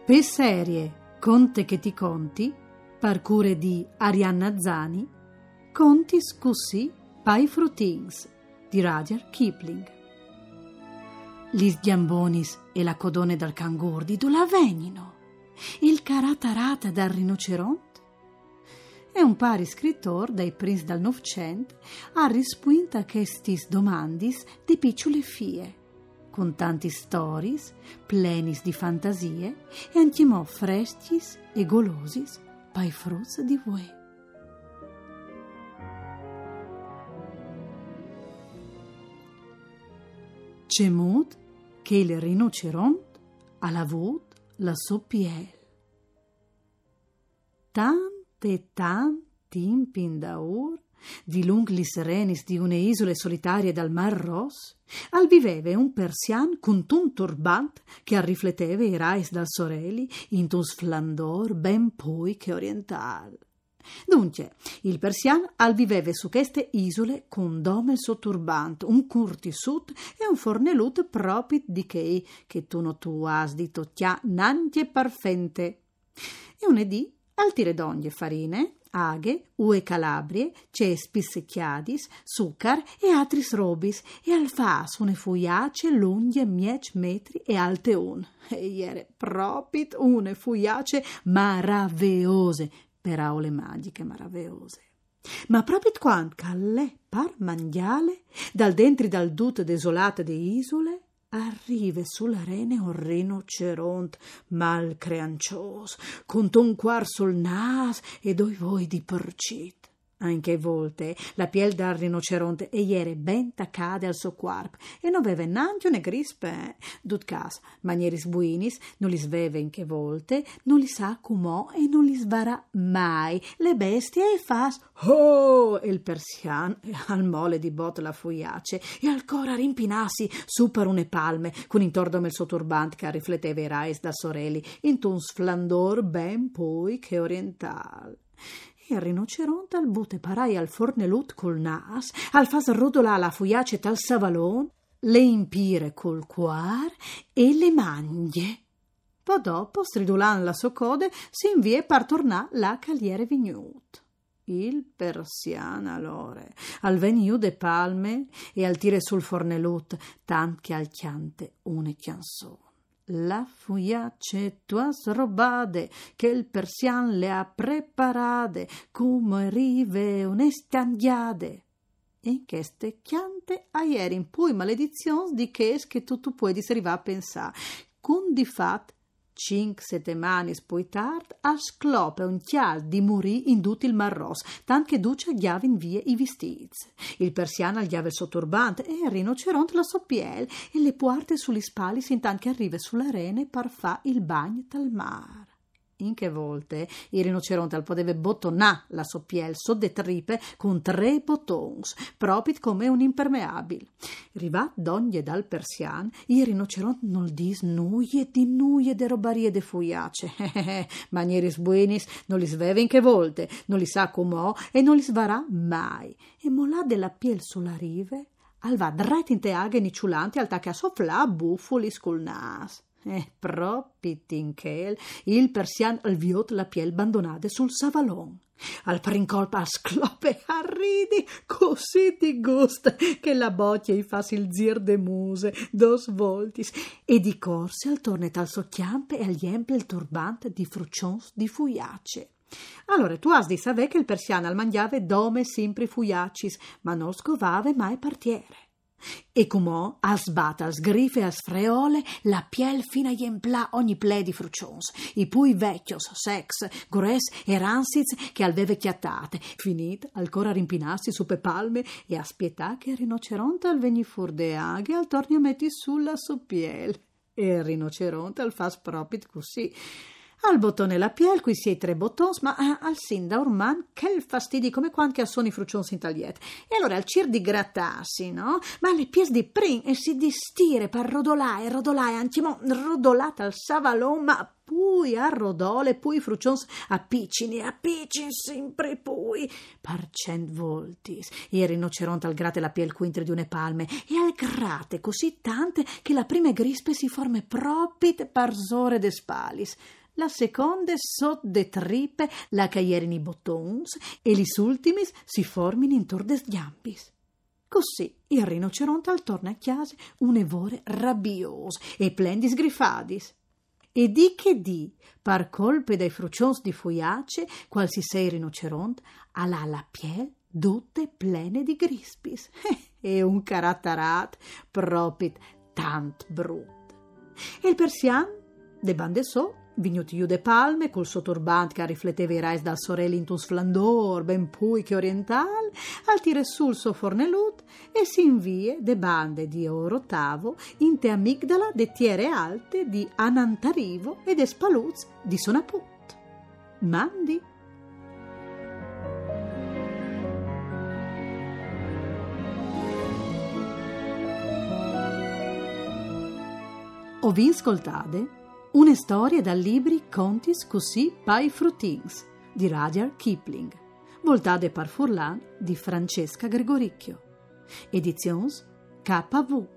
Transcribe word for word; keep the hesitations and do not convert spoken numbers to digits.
Per serie Conte che ti conti, par cure di Arianna Zani, conti scussi pai frutins di Rudyard Kipling. Lis giambonis e la codone dal cangur di dove venino? Il caratarata dal rinoceronte? E un pari scrittor dai prince dal Novecento ha rispunta che stis domandis di picciole fie, con tanti stories, plenis di fantasie, e antimò frescis e golosis pai fruts di voi. C'è mod che il rinoceronte ha avuto la sua piel. Tante e tanti impin d'aur, di lung lis renis di une isole solitarie dal Mar Ross, al viveve un persian con un turbant che arrifletteve i rais dal soreli in un sflandor ben poi che oriental. Dunque, il persian al viveve su queste isole con dome il suo turbant, un curtisut e un fornelut propit di chei che tu no tu has dito tia nantie parfente. E un edì al tire d'oglie farine, aghe, ue calabrie, cespis secchiadis, succar e atris robis, e al fas une fuiace lunghe miec metri e alte un. E iere propit une fuiace maraveose, per aule magiche maraveose. Ma proprio quando callè par mangiale, dal dentri dal dut desolate de isole, arrive sulla rene un rinoceronte mal creancios, con un quar sul nas e doi voi di porcit. Anche volte la piel dal rinoceronte e iere ben taccade al suo quarp e non veve nanchio ne grispe. Dut cas, manieris buinis, non li sveve in che volte, non li sa cumò e non li svarà mai le bestie e fas oh! E il persian al mole di bot la fuiace e ancora rimpinassi su per une palme con intordome il suo turbante che rifletteva i rais da sorelli in un sflandor ben poi che oriental. E il rinoceronte al bute parai al fornelut col nas, al fas rodola la fuiace tal savalon, le impire col cuar e le mangie. Poi dopo, stridulan la so code, si invie par tornà la caliere vignut. Il persian allore, al veniu de palme e al tire sul fornelut, tant che al chiante une chiansone. La fuiace tuas robade, che il persian le ha preparade, come rive un'estandiade. E in queste chiante a ieri in pui maledizions di che es che tu tu puoi arriva a pensare. Con di fat, cinque settimane poi tard, a sclope un chial di morì in tutto il Mar Ross, tant che duce ghiavin via i vestiz. Il persiano ghiave il suo turbante e il rinoceronte la sua piel e le puarte sugli spalli sin tant che arriva sulla rene par fa il bagno tal mar. In che volte il rinoceronte al poteva bottonà la sua piel sotto tripe con tre bottons, propit come un impermeabil. Rivat d'ogni dal persian, il rinoceronte non dis nuie di nuie de robarie de fuiace. Manieris buenis non li sveve in che volte, non li sa comò e non li svarà mai. E molà della piel sulla rive, al va dret in teaghe niciulanti al tacca sofflà buffolis col nas. E propit in chel il persian al viot la piel bandonade sul savalon. Al princolpa a sclope arridi, così ti gusta che la bocchia i fa il zir de muse, dos voltis, e di corse al tornet al socchiampe e agli emple il turbante di fruccions di fuiace. Allora tu has di savè che il persian al mangiave dome simpri fuiacis, ma non scovave mai partiere. E comò a sbata, a sgrife, a sfreole, la piel fina gli emplà ogni ple di frucions, i pui vecchios, sex, gores e ransiz che al veve chiattate, finit ancora rimpinarsi su pe palme e aspietà che il rinoceronte al vegni fur de aghe al torni a metti sulla sua piel. E il rinoceronte al fas propit così. Al bottone la piel, qui si è tre bottons, ma ah, al sin da orman, che fastidi come quanti a sono i fruccions in tagliette. E allora al cir di grattarsi, no? Ma le pies di prin e si di stire per rodolare, rodolare, antimon, rodolata al savalon, ma poi a rodole, poi fruccions appiccini, appiccini sempre poi, par cent voltis. E il rinoceronte al grate la piel quintre di une palme, e al grate così tante che la prima grispe si forme propit parzore de spalis. La seconde sot de tripe la caierin i bottons e lis ultimis si formin intor des giambis. Così il rinoceronte al torna a chiase un evore rabbios e plendis grifadis. E di che di, par colpe dai frucions di fuiace, qual si sei rinoceronte, alla la piel tutte plene di grispis. E un carattarat propit tant brut. E il persian, de bande so, vignutiu de palme, col suo turbante che rifletteva i rais dal sorelle in un splendor ben pui che oriental, al tire sul suo fornelut e si invie de bande di oro tavo in te amigdala de tiere alte di Anantarivo e de spaluz di Sonaput. Mandi. O vi ascoltate una storia dal libri Contis così pai frutins di Rudyard Kipling, voltate par Furlan di Francesca Gregoricchio. Edizions K V.